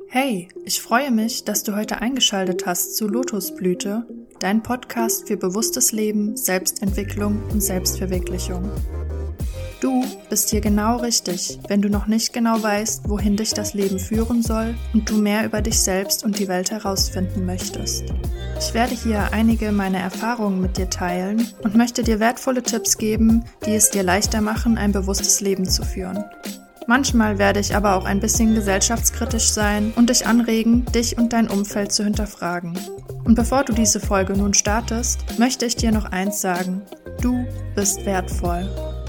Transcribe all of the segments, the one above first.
Hey, ich freue mich, dass du heute eingeschaltet hast zu Lotusblüte, dein Podcast für bewusstes Leben, Selbstentwicklung und Selbstverwirklichung. Du bist hier genau richtig, wenn du noch nicht genau weißt, wohin dich das Leben führen soll und du mehr über dich selbst und die Welt herausfinden möchtest. Ich werde hier einige meiner Erfahrungen mit dir teilen und möchte dir wertvolle Tipps geben, die es dir leichter machen, ein bewusstes Leben zu führen. Manchmal werde ich aber auch ein bisschen gesellschaftskritisch sein und dich anregen, dich und dein Umfeld zu hinterfragen. Und bevor du diese Folge nun startest, möchte ich dir noch eins sagen: Du bist wertvoll.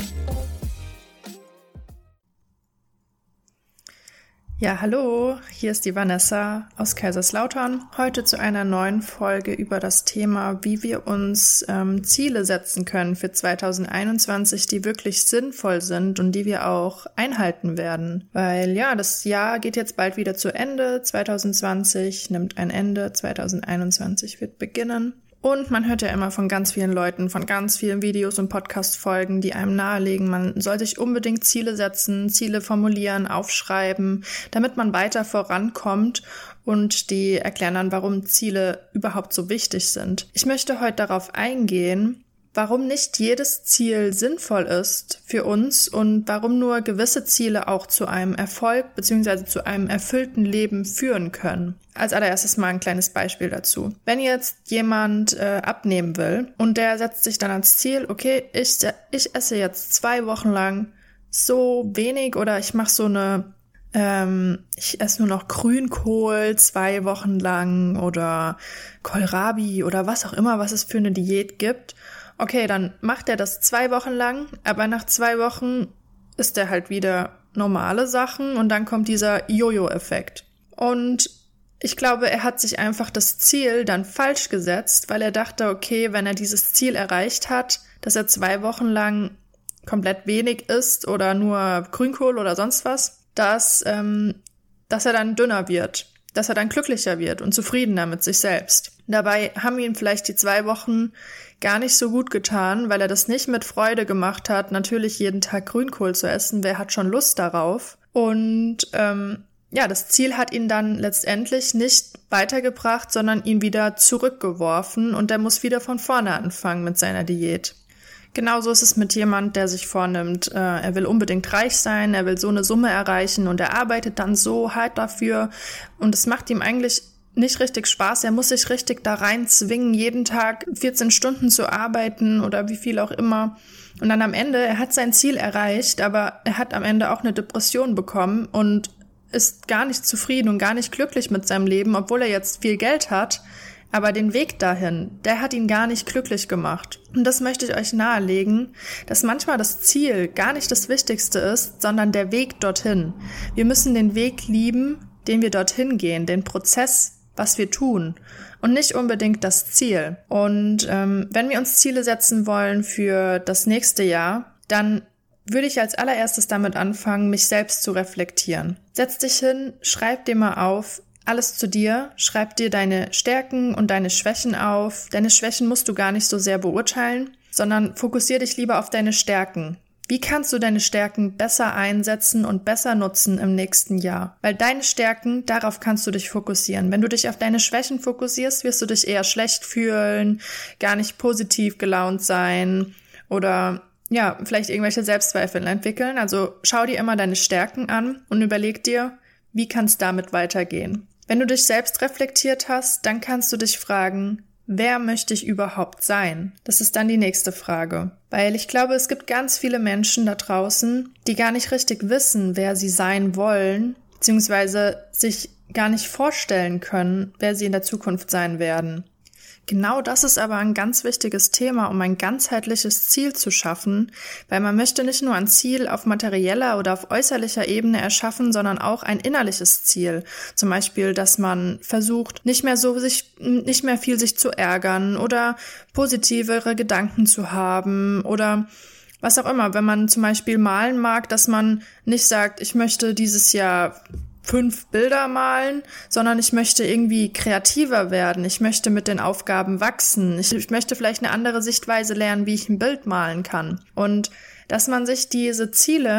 Ja, hallo, hier ist die Vanessa aus Kaiserslautern. Heute zu einer neuen Folge über das Thema, wie wir uns Ziele setzen können für 2021, die wirklich sinnvoll sind und die wir auch einhalten werden. Weil ja, das Jahr geht jetzt bald wieder zu Ende. 2020 nimmt ein Ende, 2021 wird beginnen. Und man hört ja immer von ganz vielen Leuten, von ganz vielen Videos und Podcast-Folgen, die einem nahelegen, man soll sich unbedingt Ziele setzen, Ziele formulieren, aufschreiben, damit man weiter vorankommt, und die erklären dann, warum Ziele überhaupt so wichtig sind. Ich möchte heute darauf eingehen, warum nicht jedes Ziel sinnvoll ist für uns und warum nur gewisse Ziele auch zu einem Erfolg bzw. zu einem erfüllten Leben führen können. Als allererstes mal ein kleines Beispiel dazu. Wenn jetzt jemand abnehmen will und der setzt sich dann als Ziel, okay, ich esse jetzt 2 Wochen lang so wenig oder ich mache so eine ich esse nur noch Grünkohl 2 Wochen lang oder Kohlrabi oder was auch immer, was es für eine Diät gibt. Okay, dann macht er das 2 Wochen lang, aber nach 2 Wochen isst er halt wieder normale Sachen und dann kommt dieser Jojo-Effekt. Und ich glaube, er hat sich einfach das Ziel dann falsch gesetzt, weil er dachte, okay, wenn er dieses Ziel erreicht hat, dass er 2 Wochen lang komplett wenig isst oder nur Grünkohl oder sonst was, dass er dann dünner wird, dass er dann glücklicher wird und zufriedener mit sich selbst. Dabei haben ihm vielleicht die 2 Wochen gar nicht so gut getan, weil er das nicht mit Freude gemacht hat, natürlich jeden Tag Grünkohl zu essen. Wer hat schon Lust darauf? Und das Ziel hat ihn dann letztendlich nicht weitergebracht, sondern ihn wieder zurückgeworfen und er muss wieder von vorne anfangen mit seiner Diät. Genauso ist es mit jemand, der sich vornimmt, er will unbedingt reich sein, er will so eine Summe erreichen und er arbeitet dann so hart dafür und es macht ihm eigentlich nicht richtig Spaß. Er muss sich richtig da rein zwingen, jeden Tag 14 Stunden zu arbeiten oder wie viel auch immer. Und dann am Ende, er hat sein Ziel erreicht, aber er hat am Ende auch eine Depression bekommen und ist gar nicht zufrieden und gar nicht glücklich mit seinem Leben, obwohl er jetzt viel Geld hat. Aber den Weg dahin, der hat ihn gar nicht glücklich gemacht. Und das möchte ich euch nahelegen, dass manchmal das Ziel gar nicht das Wichtigste ist, sondern der Weg dorthin. Wir müssen den Weg lieben, den wir dorthin gehen, den Prozess, was wir tun und nicht unbedingt das Ziel. Und wenn wir uns Ziele setzen wollen für das nächste Jahr, dann würde ich als allererstes damit anfangen, mich selbst zu reflektieren. Setz dich hin, schreib dir mal auf, alles zu dir, schreib dir deine Stärken und deine Schwächen auf. Deine Schwächen musst du gar nicht so sehr beurteilen, sondern fokussier dich lieber auf deine Stärken. Wie kannst du deine Stärken besser einsetzen und besser nutzen im nächsten Jahr? Weil deine Stärken, darauf kannst du dich fokussieren. Wenn du dich auf deine Schwächen fokussierst, wirst du dich eher schlecht fühlen, gar nicht positiv gelaunt sein oder vielleicht irgendwelche Selbstzweifel entwickeln. Also schau dir immer deine Stärken an und überleg dir, wie kann es damit weitergehen? Wenn du dich selbst reflektiert hast, dann kannst du dich fragen, wer möchte ich überhaupt sein? Das ist dann die nächste Frage. Weil ich glaube, es gibt ganz viele Menschen da draußen, die gar nicht richtig wissen, wer sie sein wollen, beziehungsweise sich gar nicht vorstellen können, wer sie in der Zukunft sein werden. Genau das ist aber ein ganz wichtiges Thema, um ein ganzheitliches Ziel zu schaffen, weil man möchte nicht nur ein Ziel auf materieller oder auf äußerlicher Ebene erschaffen, sondern auch ein innerliches Ziel. Zum Beispiel, dass man versucht, nicht mehr viel sich zu ärgern oder positivere Gedanken zu haben oder was auch immer. Wenn man zum Beispiel malen mag, dass man nicht sagt, ich möchte dieses Jahr 5 Bilder malen, sondern ich möchte irgendwie kreativer werden. Ich möchte mit den Aufgaben wachsen. Ich möchte vielleicht eine andere Sichtweise lernen, wie ich ein Bild malen kann. Und dass man sich diese Ziele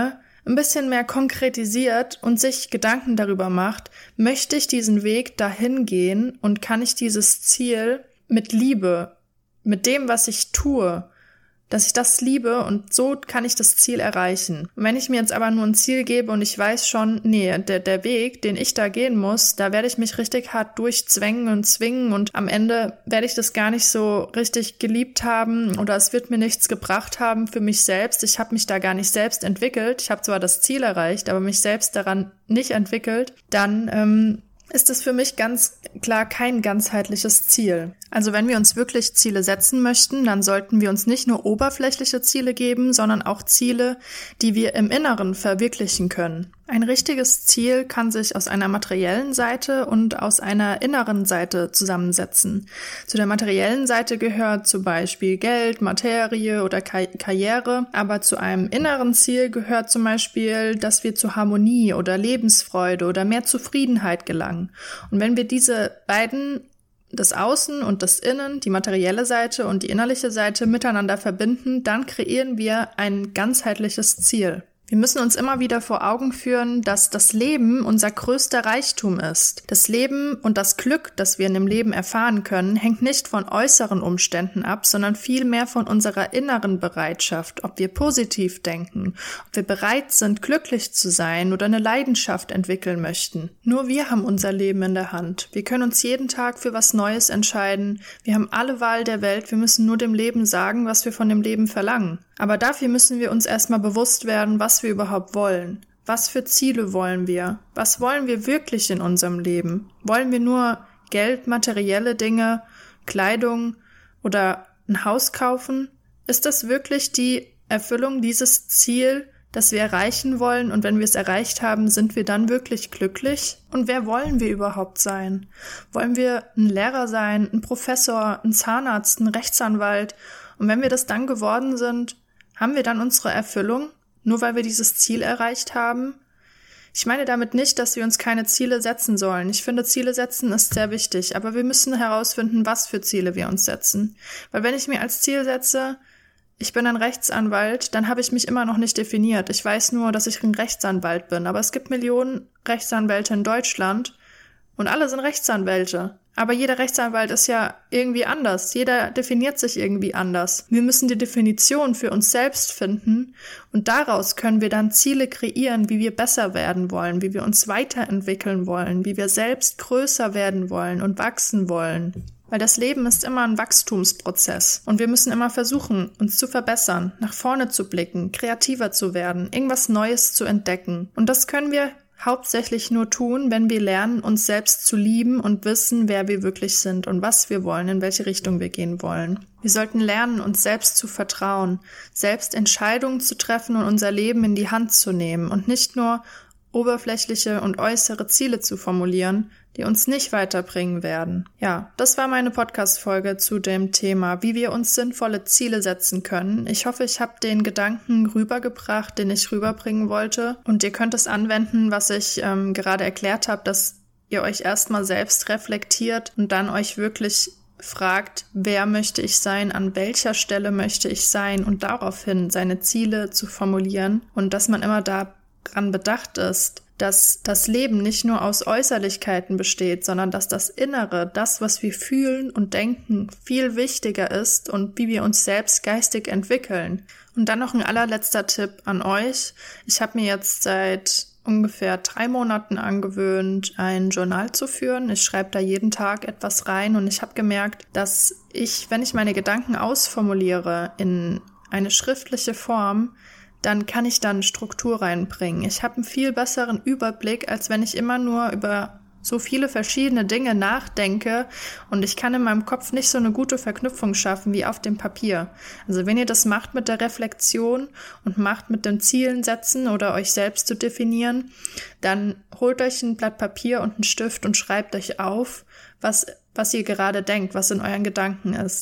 ein bisschen mehr konkretisiert und sich Gedanken darüber macht, möchte ich diesen Weg dahin gehen und kann ich dieses Ziel mit Liebe, mit dem, was ich tue, dass ich das liebe und so kann ich das Ziel erreichen. Und wenn ich mir jetzt aber nur ein Ziel gebe und ich weiß schon, nee, der Weg, den ich da gehen muss, da werde ich mich richtig hart durchzwängen und zwingen und am Ende werde ich das gar nicht so richtig geliebt haben oder es wird mir nichts gebracht haben für mich selbst. Ich habe mich da gar nicht selbst entwickelt. Ich habe zwar das Ziel erreicht, aber mich selbst daran nicht entwickelt. Dann ist es für mich ganz klar kein ganzheitliches Ziel. Also wenn wir uns wirklich Ziele setzen möchten, dann sollten wir uns nicht nur oberflächliche Ziele geben, sondern auch Ziele, die wir im Inneren verwirklichen können. Ein richtiges Ziel kann sich aus einer materiellen Seite und aus einer inneren Seite zusammensetzen. Zu der materiellen Seite gehört zum Beispiel Geld, Materie oder Karriere, aber zu einem inneren Ziel gehört zum Beispiel, dass wir zu Harmonie oder Lebensfreude oder mehr Zufriedenheit gelangen. Und wenn wir diese beiden, das Außen und das Innen, die materielle Seite und die innerliche Seite miteinander verbinden, dann kreieren wir ein ganzheitliches Ziel. Wir müssen uns immer wieder vor Augen führen, dass das Leben unser größter Reichtum ist. Das Leben und das Glück, das wir in dem Leben erfahren können, hängt nicht von äußeren Umständen ab, sondern vielmehr von unserer inneren Bereitschaft, ob wir positiv denken, ob wir bereit sind, glücklich zu sein oder eine Leidenschaft entwickeln möchten. Nur wir haben unser Leben in der Hand. Wir können uns jeden Tag für was Neues entscheiden. Wir haben alle Wahl der Welt. Wir müssen nur dem Leben sagen, was wir von dem Leben verlangen. Aber dafür müssen wir uns erstmal bewusst werden, was wir überhaupt wollen. Was für Ziele wollen wir? Was wollen wir wirklich in unserem Leben? Wollen wir nur Geld, materielle Dinge, Kleidung oder ein Haus kaufen? Ist das wirklich die Erfüllung, dieses Ziel, das wir erreichen wollen? Und wenn wir es erreicht haben, sind wir dann wirklich glücklich? Und wer wollen wir überhaupt sein? Wollen wir ein Lehrer sein, ein Professor, ein Zahnarzt, ein Rechtsanwalt? Und wenn wir das dann geworden sind, haben wir dann unsere Erfüllung, nur weil wir dieses Ziel erreicht haben? Ich meine damit nicht, dass wir uns keine Ziele setzen sollen. Ich finde, Ziele setzen ist sehr wichtig, aber wir müssen herausfinden, was für Ziele wir uns setzen. Weil wenn ich mir als Ziel setze, ich bin ein Rechtsanwalt, dann habe ich mich immer noch nicht definiert. Ich weiß nur, dass ich ein Rechtsanwalt bin, aber es gibt Millionen Rechtsanwälte in Deutschland und alle sind Rechtsanwälte. Aber jeder Rechtsanwalt ist ja irgendwie anders. Jeder definiert sich irgendwie anders. Wir müssen die Definition für uns selbst finden und daraus können wir dann Ziele kreieren, wie wir besser werden wollen, wie wir uns weiterentwickeln wollen, wie wir selbst größer werden wollen und wachsen wollen. Weil das Leben ist immer ein Wachstumsprozess und wir müssen immer versuchen, uns zu verbessern, nach vorne zu blicken, kreativer zu werden, irgendwas Neues zu entdecken. Und das können wir hauptsächlich nur tun, wenn wir lernen, uns selbst zu lieben und wissen, wer wir wirklich sind und was wir wollen, in welche Richtung wir gehen wollen. Wir sollten lernen, uns selbst zu vertrauen, selbst Entscheidungen zu treffen und unser Leben in die Hand zu nehmen und nicht nur oberflächliche und äußere Ziele zu formulieren, die uns nicht weiterbringen werden. Ja, das war meine Podcast-Folge zu dem Thema, wie wir uns sinnvolle Ziele setzen können. Ich hoffe, ich habe den Gedanken rübergebracht, den ich rüberbringen wollte. Und ihr könnt es anwenden, was ich gerade erklärt habe, dass ihr euch erstmal selbst reflektiert und dann euch wirklich fragt, wer möchte ich sein, an welcher Stelle möchte ich sein und daraufhin seine Ziele zu formulieren und dass man immer daran bedacht ist, dass das Leben nicht nur aus Äußerlichkeiten besteht, sondern dass das Innere, das, was wir fühlen und denken, viel wichtiger ist und wie wir uns selbst geistig entwickeln. Und dann noch ein allerletzter Tipp an euch. Ich habe mir jetzt seit ungefähr 3 Monaten angewöhnt, ein Journal zu führen. Ich schreibe da jeden Tag etwas rein und ich habe gemerkt, dass ich, wenn ich meine Gedanken ausformuliere in eine schriftliche Form, dann kann ich dann Struktur reinbringen. Ich habe einen viel besseren Überblick, als wenn ich immer nur über so viele verschiedene Dinge nachdenke und ich kann in meinem Kopf nicht so eine gute Verknüpfung schaffen wie auf dem Papier. Also wenn ihr das macht mit der Reflexion und macht mit den Zielen setzen oder euch selbst zu definieren, dann holt euch ein Blatt Papier und einen Stift und schreibt euch auf, was ihr gerade denkt, was in euren Gedanken ist.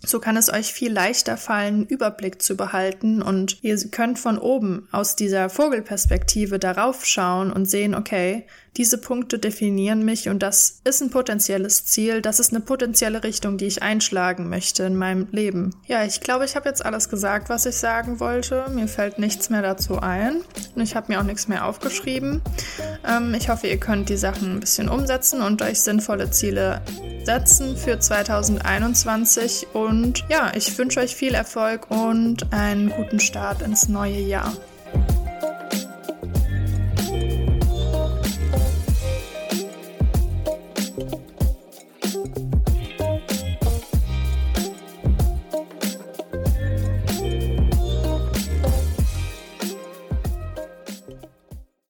So kann es euch viel leichter fallen, einen Überblick zu behalten und ihr könnt von oben aus dieser Vogelperspektive darauf schauen und sehen, okay, diese Punkte definieren mich und das ist ein potenzielles Ziel, das ist eine potenzielle Richtung, die ich einschlagen möchte in meinem Leben. Ja, ich glaube, ich habe jetzt alles gesagt, was ich sagen wollte. Mir fällt nichts mehr dazu ein und ich habe mir auch nichts mehr aufgeschrieben. Ich hoffe, ihr könnt die Sachen ein bisschen umsetzen und euch sinnvolle Ziele setzen für 2021 und ja, ich wünsche euch viel Erfolg und einen guten Start ins neue Jahr.